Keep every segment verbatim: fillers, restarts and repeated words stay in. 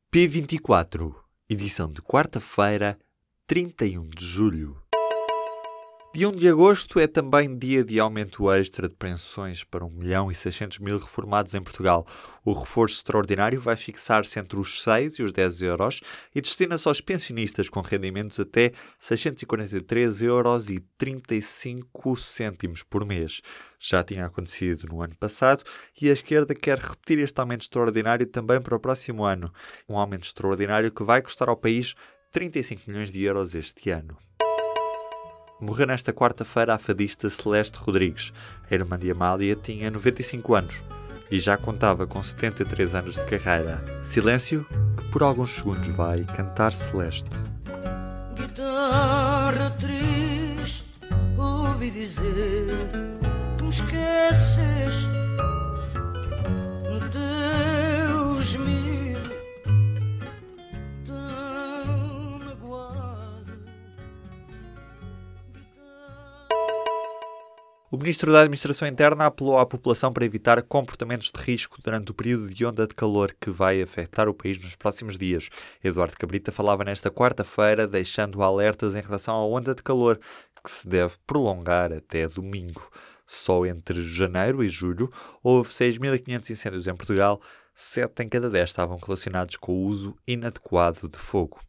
P vinte e quatro, edição de quarta-feira, trinta e um de julho. Dia um de agosto é também dia de aumento extra de pensões para um milhão e seiscentos mil reformados em Portugal. O reforço extraordinário vai fixar-se entre os seis e os dez euros e destina-se aos pensionistas com rendimentos até seiscentos e quarenta e três euros e trinta e cinco cêntimos por mês. Já tinha acontecido no ano passado e a esquerda quer repetir este aumento extraordinário também para o próximo ano. Um aumento extraordinário que vai custar ao país trinta e cinco milhões de euros este ano. Morreu nesta quarta-feira a fadista Celeste Rodrigues. A irmã de Amália tinha noventa e cinco anos e já contava com setenta e três anos de carreira. Silêncio que por alguns segundos vai cantar Celeste. Guitarra triste, ouvi dizer que me esqueces, Deus me tão magoado. O Ministro da Administração Interna apelou à população para evitar comportamentos de risco durante o período de onda de calor que vai afetar o país nos próximos dias. Eduardo Cabrita falava nesta quarta-feira, deixando alertas em relação à onda de calor, que se deve prolongar até domingo. Só entre janeiro e julho houve seis mil e quinhentos incêndios em Portugal, sete em cada dez estavam relacionados com o uso inadequado de fogo.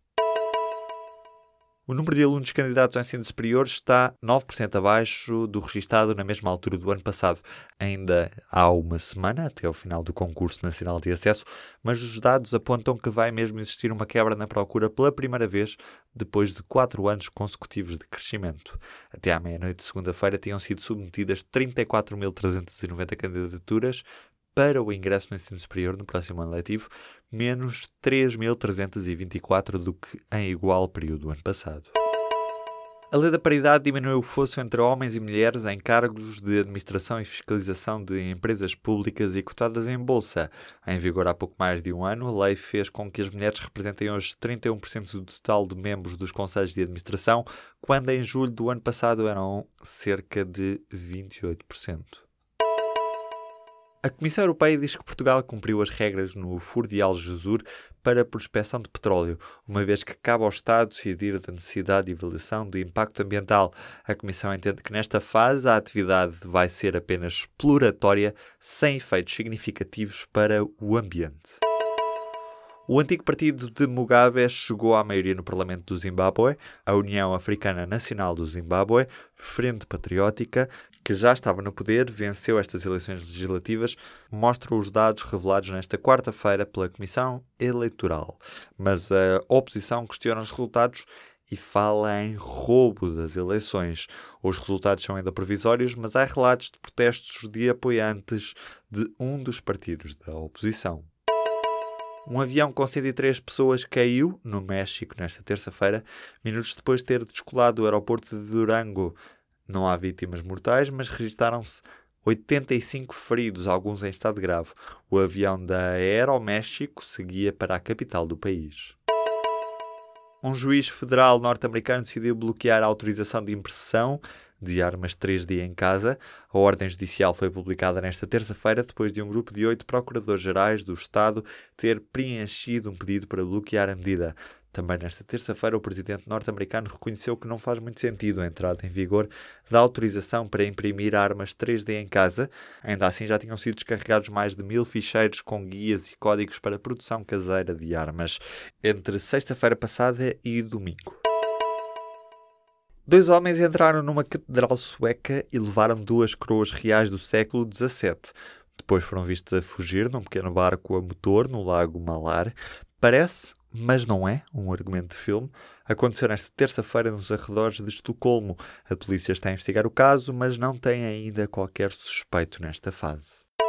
O número de alunos candidatos ao ensino superior está nove por cento abaixo do registado na mesma altura do ano passado. Ainda há uma semana até ao final do Concurso Nacional de Acesso, mas os dados apontam que vai mesmo existir uma quebra na procura pela primeira vez depois de quatro anos consecutivos de crescimento. Até à meia-noite de segunda-feira tinham sido submetidas trinta e quatro mil trezentas e noventa candidaturas para o ingresso no ensino superior no próximo ano letivo, menos três mil trezentas e vinte e quatro do que em igual período do ano passado. A lei da paridade diminuiu o fosso entre homens e mulheres em cargos de administração e fiscalização de empresas públicas e cotadas em bolsa. Em vigor há pouco mais de um ano, a lei fez com que as mulheres representem hoje trinta e um por cento do total de membros dos conselhos de administração, quando em julho do ano passado eram cerca de vinte e oito por cento. A Comissão Europeia diz que Portugal cumpriu as regras no furo de Algesur para a prospecção de petróleo, uma vez que cabe ao Estado decidir da necessidade e avaliação do impacto ambiental. A Comissão entende que nesta fase a atividade vai ser apenas exploratória, sem efeitos significativos para o ambiente. O antigo partido de Mugabe chegou à maioria no Parlamento do Zimbábue. A União Africana Nacional do Zimbábue, Frente Patriótica, que já estava no poder, venceu estas eleições legislativas, mostra os dados revelados nesta quarta-feira pela Comissão Eleitoral. Mas a oposição questiona os resultados e fala em roubo das eleições. Os resultados são ainda provisórios, mas há relatos de protestos de apoiantes de um dos partidos da oposição. Um avião com cento e três pessoas caiu no México nesta terça-feira, minutos depois de ter descolado do aeroporto de Durango. Não há vítimas mortais, mas registaram-se oitenta e cinco feridos, alguns em estado grave. O avião da Aeroméxico seguia para a capital do país. Um juiz federal norte-americano decidiu bloquear a autorização de impressão de armas três D em casa. A ordem judicial foi publicada nesta terça-feira depois de um grupo de oito procuradores-gerais do Estado ter preenchido um pedido para bloquear a medida. Também nesta terça-feira o presidente norte-americano reconheceu que não faz muito sentido a entrada em vigor da autorização para imprimir armas três D em casa. Ainda assim já tinham sido descarregados mais de mil ficheiros com guias e códigos para a produção caseira de armas entre sexta-feira passada e domingo. Dois homens entraram numa catedral sueca e levaram duas coroas reais do século dezassete. Depois foram vistos a fugir num pequeno barco a motor no lago Malar. Parece, mas não é, um argumento de filme. Aconteceu nesta terça-feira nos arredores de Estocolmo. A polícia está a investigar o caso, mas não tem ainda qualquer suspeito nesta fase.